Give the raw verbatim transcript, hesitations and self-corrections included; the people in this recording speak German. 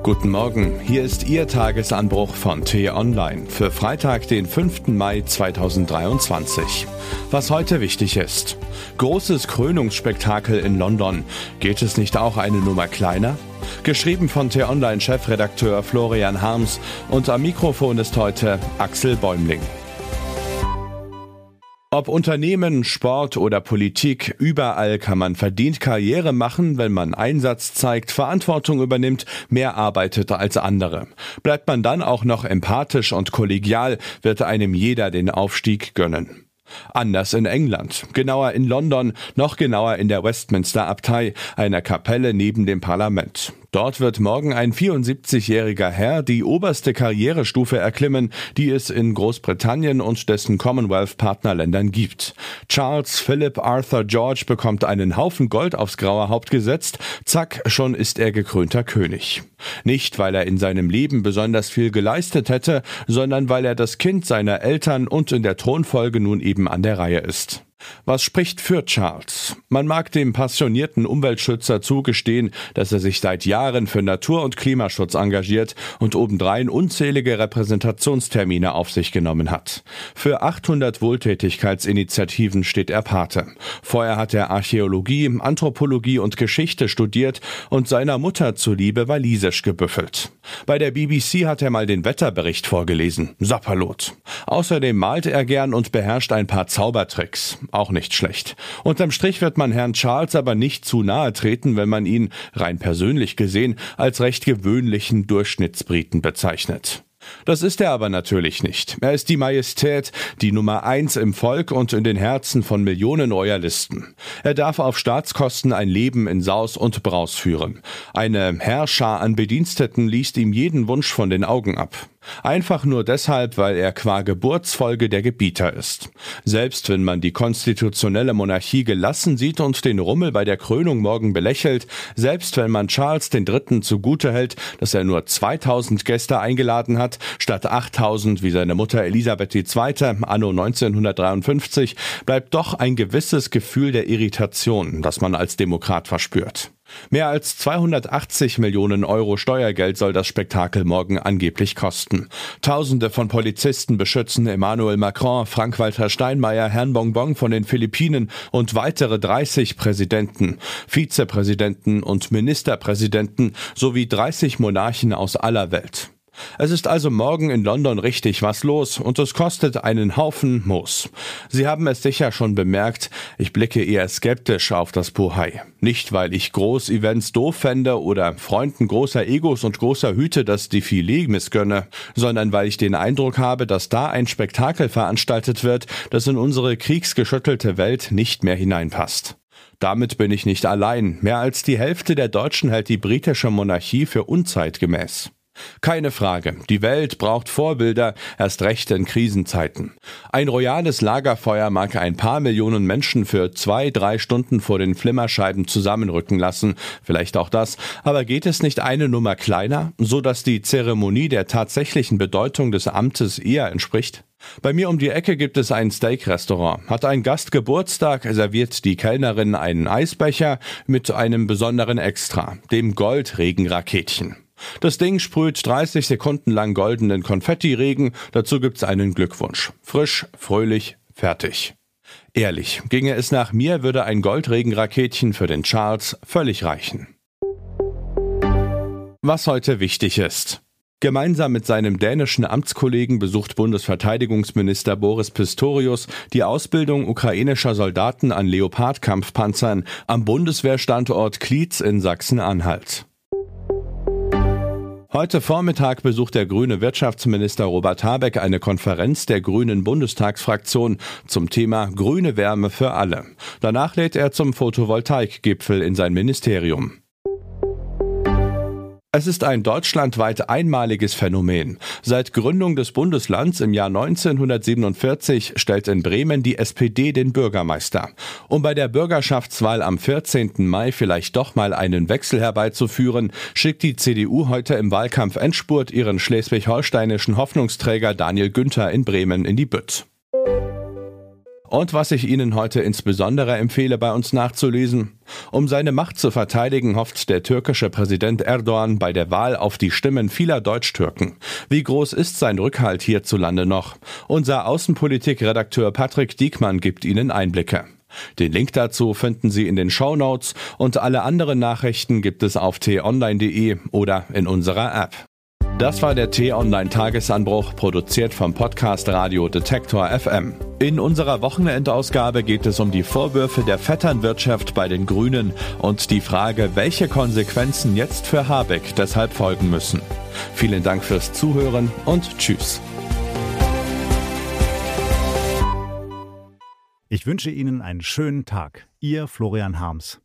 Guten Morgen, hier ist Ihr Tagesanbruch von T-Online für Freitag, den fünften Mai zweitausenddreiundzwanzig. Was heute wichtig ist: Großes Krönungsspektakel in London. Geht es nicht auch eine Nummer kleiner? Geschrieben von T-Online-Chefredakteur Florian Harms, und am Mikrofon ist heute Axel Bäumling. Ob Unternehmen, Sport oder Politik, überall kann man verdient Karriere machen, wenn man Einsatz zeigt, Verantwortung übernimmt, mehr arbeitet als andere. Bleibt man dann auch noch empathisch und kollegial, wird einem jeder den Aufstieg gönnen. Anders in England, genauer in London, noch genauer in der Westminster-Abtei, einer Kapelle neben dem Parlament. Dort wird morgen ein vierundsiebzigjähriger Herr die oberste Karrierestufe erklimmen, die es in Großbritannien und dessen Commonwealth-Partnerländern gibt. Charles Philip Arthur George bekommt einen Haufen Gold aufs graue Haupt gesetzt, zack, schon ist er gekrönter König. Nicht, weil er in seinem Leben besonders viel geleistet hätte, sondern weil er das Kind seiner Eltern und in der Thronfolge nun eben an der Reihe ist. Was spricht für Charles? Man mag dem passionierten Umweltschützer zugestehen, dass er sich seit Jahren für Natur- und Klimaschutz engagiert und obendrein unzählige Repräsentationstermine auf sich genommen hat. Für achthundert Wohltätigkeitsinitiativen steht er Pate. Vorher hat er Archäologie, Anthropologie und Geschichte studiert und seiner Mutter zuliebe Walisisch gebüffelt. Bei der B B C hat er mal den Wetterbericht vorgelesen. Sapperlot. Außerdem malt er gern und beherrscht ein paar Zaubertricks. Auch nicht schlecht. Unterm Strich wird man Herrn Charles aber nicht zu nahe treten, wenn man ihn, rein persönlich gesehen, als recht gewöhnlichen Durchschnittsbriten bezeichnet. Das ist er aber natürlich nicht. Er ist die Majestät, die Nummer eins im Volk und in den Herzen von Millionen Royalisten. Er darf auf Staatskosten ein Leben in Saus und Braus führen. Eine Heerschar an Bediensteten liest ihm jeden Wunsch von den Augen ab. Einfach nur deshalb, weil er qua Geburtsfolge der Gebieter ist. Selbst wenn man die konstitutionelle Monarchie gelassen sieht und den Rummel bei der Krönung morgen belächelt, selbst wenn man Charles den Dritten zugute hält, dass er nur zweitausend Gäste eingeladen hat, statt achttausend wie seine Mutter Elisabeth die Zweite anno neunzehnhundertdreiundfünfzig, bleibt doch ein gewisses Gefühl der Irritation, das man als Demokrat verspürt. Mehr als zweihundertachtzig Millionen Euro Steuergeld soll das Spektakel morgen angeblich kosten. Tausende von Polizisten beschützen Emmanuel Macron, Frank-Walter Steinmeier, Herrn Bonbon von den Philippinen und weitere dreißig Präsidenten, Vizepräsidenten und Ministerpräsidenten sowie dreißig Monarchen aus aller Welt. Es ist also morgen in London richtig was los und es kostet einen Haufen Moos. Sie haben es sicher schon bemerkt, ich blicke eher skeptisch auf das Bohai. Nicht, weil ich Groß-Events doof fände oder Freunden großer Egos und großer Hüte das Defilet missgönne, sondern weil ich den Eindruck habe, dass da ein Spektakel veranstaltet wird, das in unsere kriegsgeschüttelte Welt nicht mehr hineinpasst. Damit bin ich nicht allein. Mehr als die Hälfte der Deutschen hält die britische Monarchie für unzeitgemäß. Keine Frage, die Welt braucht Vorbilder, erst recht in Krisenzeiten. Ein royales Lagerfeuer mag ein paar Millionen Menschen für zwei, drei Stunden vor den Flimmerscheiben zusammenrücken lassen, vielleicht auch das, aber geht es nicht eine Nummer kleiner, so dass die Zeremonie der tatsächlichen Bedeutung des Amtes eher entspricht? Bei mir um die Ecke gibt es ein Steak-Restaurant. Hat ein Gast Geburtstag, serviert die Kellnerin einen Eisbecher mit einem besonderen Extra, dem Goldregenraketchen. Das Ding sprüht dreißig Sekunden lang goldenen Konfettiregen, dazu gibt's einen Glückwunsch. Frisch, fröhlich, fertig. Ehrlich, ginge es nach mir, würde ein Goldregenraketchen für den Charles völlig reichen. Was heute wichtig ist: Gemeinsam mit seinem dänischen Amtskollegen besucht Bundesverteidigungsminister Boris Pistorius die Ausbildung ukrainischer Soldaten an Leopard-Kampfpanzern am Bundeswehrstandort Klietz in Sachsen-Anhalt. Heute Vormittag besucht der grüne Wirtschaftsminister Robert Habeck eine Konferenz der grünen Bundestagsfraktion zum Thema grüne Wärme für alle. Danach lädt er zum Photovoltaikgipfel in sein Ministerium. Es ist ein deutschlandweit einmaliges Phänomen. Seit Gründung des Bundeslands im Jahr neunzehnhundertsiebenundvierzig stellt in Bremen die S P D den Bürgermeister. Um bei der Bürgerschaftswahl am vierzehnten Mai vielleicht doch mal einen Wechsel herbeizuführen, schickt die C D U heute im Wahlkampf-Endspurt ihren schleswig-holsteinischen Hoffnungsträger Daniel Günther in Bremen in die Bütt. Und was ich Ihnen heute insbesondere empfehle, bei uns nachzulesen: Um seine Macht zu verteidigen, hofft der türkische Präsident Erdogan bei der Wahl auf die Stimmen vieler Deutschtürken. Wie groß ist sein Rückhalt hierzulande noch? Unser Außenpolitik-Redakteur Patrick Diekmann gibt Ihnen Einblicke. Den Link dazu finden Sie in den Shownotes und alle anderen Nachrichten gibt es auf t online punkt de oder in unserer App. Das war der T-Online-Tagesanbruch, produziert vom Podcast Radio Detektor F M. In unserer Wochenendausgabe geht es um die Vorwürfe der Vetternwirtschaft bei den Grünen und die Frage, welche Konsequenzen jetzt für Habeck deshalb folgen müssen. Vielen Dank fürs Zuhören und Tschüss. Ich wünsche Ihnen einen schönen Tag. Ihr Florian Harms.